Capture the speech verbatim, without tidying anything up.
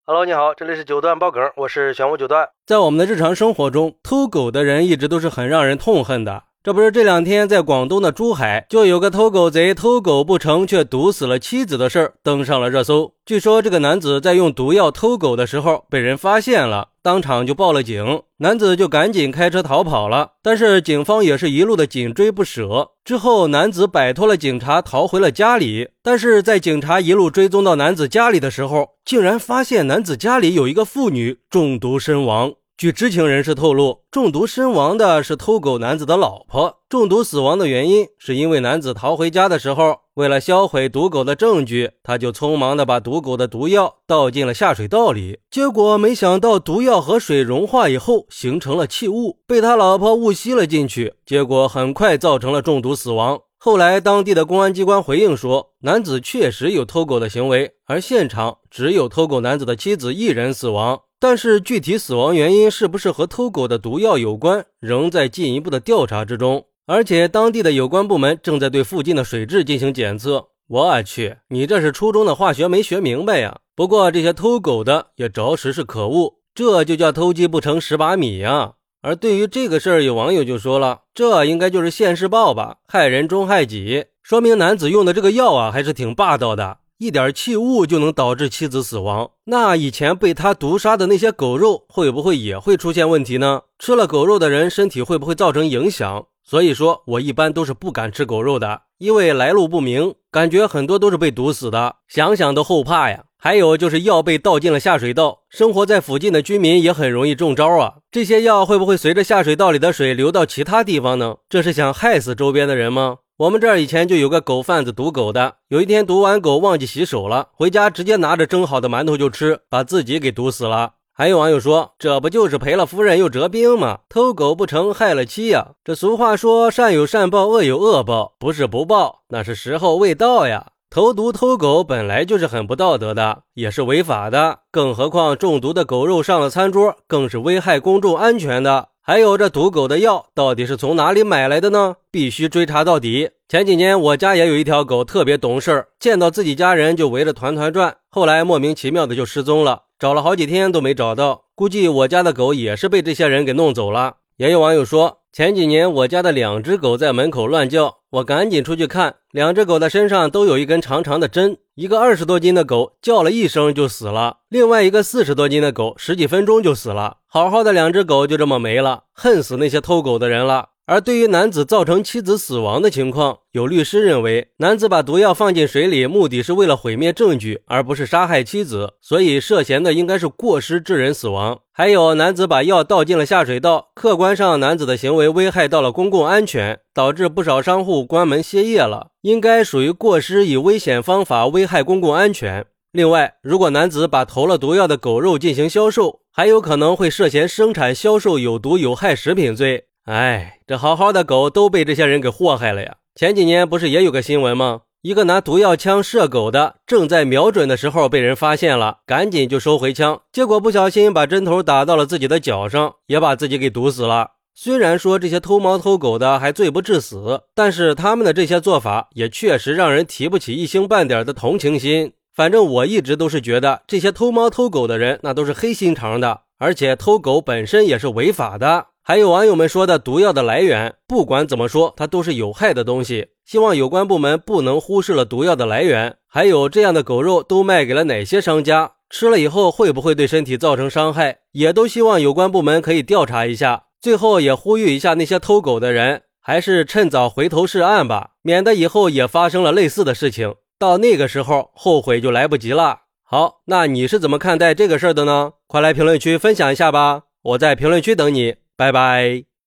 Hello， 你好，这里是九段爆梗，我是玄武九段。 在我们的日常生活中，偷狗的人一直都是很让人痛恨的。这不是这两天在广东的珠海，就有个偷狗贼偷狗不成却毒死了妻子的事儿登上了热搜。据说这个男子在用毒药偷狗的时候被人发现了，当场就报了警，男子就赶紧开车逃跑了。但是警方也是一路的紧追不舍，之后男子摆脱了警察逃回了家里。但是在警察一路追踪到男子家里的时候，竟然发现男子家里有一个妇女中毒身亡。据知情人士透露，中毒身亡的是偷狗男子的老婆。中毒死亡的原因是因为男子逃回家的时候，为了销毁毒狗的证据，他就匆忙地把毒狗的毒药倒进了下水道里，结果没想到毒药和水融化以后形成了气雾，被他老婆误吸了进去，结果很快造成了中毒死亡。后来当地的公安机关回应说，男子确实有偷狗的行为，而现场只有偷狗男子的妻子一人死亡。但是具体死亡原因是不是和偷狗的毒药有关，仍在进一步的调查之中。而且当地的有关部门正在对附近的水质进行检测。我去，你这是初中的化学没学明白呀！不过这些偷狗的也着实是可恶，这就叫偷鸡不成蚀把米呀。而对于这个事儿，有网友就说了，这应该就是现世报吧，害人终害己，说明男子用的这个药啊还是挺霸道的，一点气雾就能导致妻子死亡。那以前被他毒杀的那些狗肉会不会也会出现问题呢？吃了狗肉的人身体会不会造成影响？所以说我一般都是不敢吃狗肉的，因为来路不明，感觉很多都是被毒死的，想想都后怕呀。还有就是药被倒进了下水道，生活在附近的居民也很容易中招啊。这些药会不会随着下水道里的水流到其他地方呢？这是想害死周边的人吗？我们这儿以前就有个狗贩子毒狗的，有一天毒完狗忘记洗手了，回家直接拿着蒸好的馒头就吃，把自己给毒死了。还有网友说，这不就是赔了夫人又折兵吗？偷狗不成害了妻呀。这俗话说，善有善报，恶有恶报，不是不报，那是时候未到呀。投毒偷狗本来就是很不道德的，也是违法的，更何况中毒的狗肉上了餐桌，更是危害公众安全的。还有这毒狗的药到底是从哪里买来的呢？必须追查到底。前几年我家也有一条狗特别懂事，见到自己家人就围着团团转，后来莫名其妙的就失踪了，找了好几天都没找到，估计我家的狗也是被这些人给弄走了。也有网友说，前几年我家的两只狗在门口乱叫，我赶紧出去看，两只狗的身上都有一根长长的针，一个二十多斤的狗叫了一声就死了，另外一个四十多斤的狗十几分钟就死了，好好的两只狗就这么没了，恨死那些偷狗的人了。而对于男子造成妻子死亡的情况，有律师认为，男子把毒药放进水里，目的是为了毁灭证据，而不是杀害妻子，所以涉嫌的应该是过失致人死亡。还有，男子把药倒进了下水道，客观上男子的行为危害到了公共安全，导致不少商户关门歇业了，应该属于过失以危险方法危害公共安全。另外，如果男子把投了毒药的狗肉进行销售，还有可能会涉嫌生产销售有毒有害食品罪。哎，这好好的狗都被这些人给祸害了呀。前几年不是也有个新闻吗？一个拿毒药枪射狗的，正在瞄准的时候被人发现了，赶紧就收回枪，结果不小心把针头打到了自己的脚上，也把自己给毒死了。虽然说这些偷猫偷狗的还罪不至死，但是他们的这些做法也确实让人提不起一星半点的同情心。反正我一直都是觉得这些偷猫偷狗的人那都是黑心肠的，而且偷狗本身也是违法的。还有网友们说的毒药的来源，不管怎么说它都是有害的东西，希望有关部门不能忽视了毒药的来源。还有这样的狗肉都卖给了哪些商家，吃了以后会不会对身体造成伤害，也都希望有关部门可以调查一下。最后也呼吁一下那些偷狗的人，还是趁早回头是岸吧，免得以后也发生了类似的事情，到那个时候后悔就来不及了。好，那你是怎么看待这个事儿的呢？快来评论区分享一下吧，我在评论区等你，拜拜。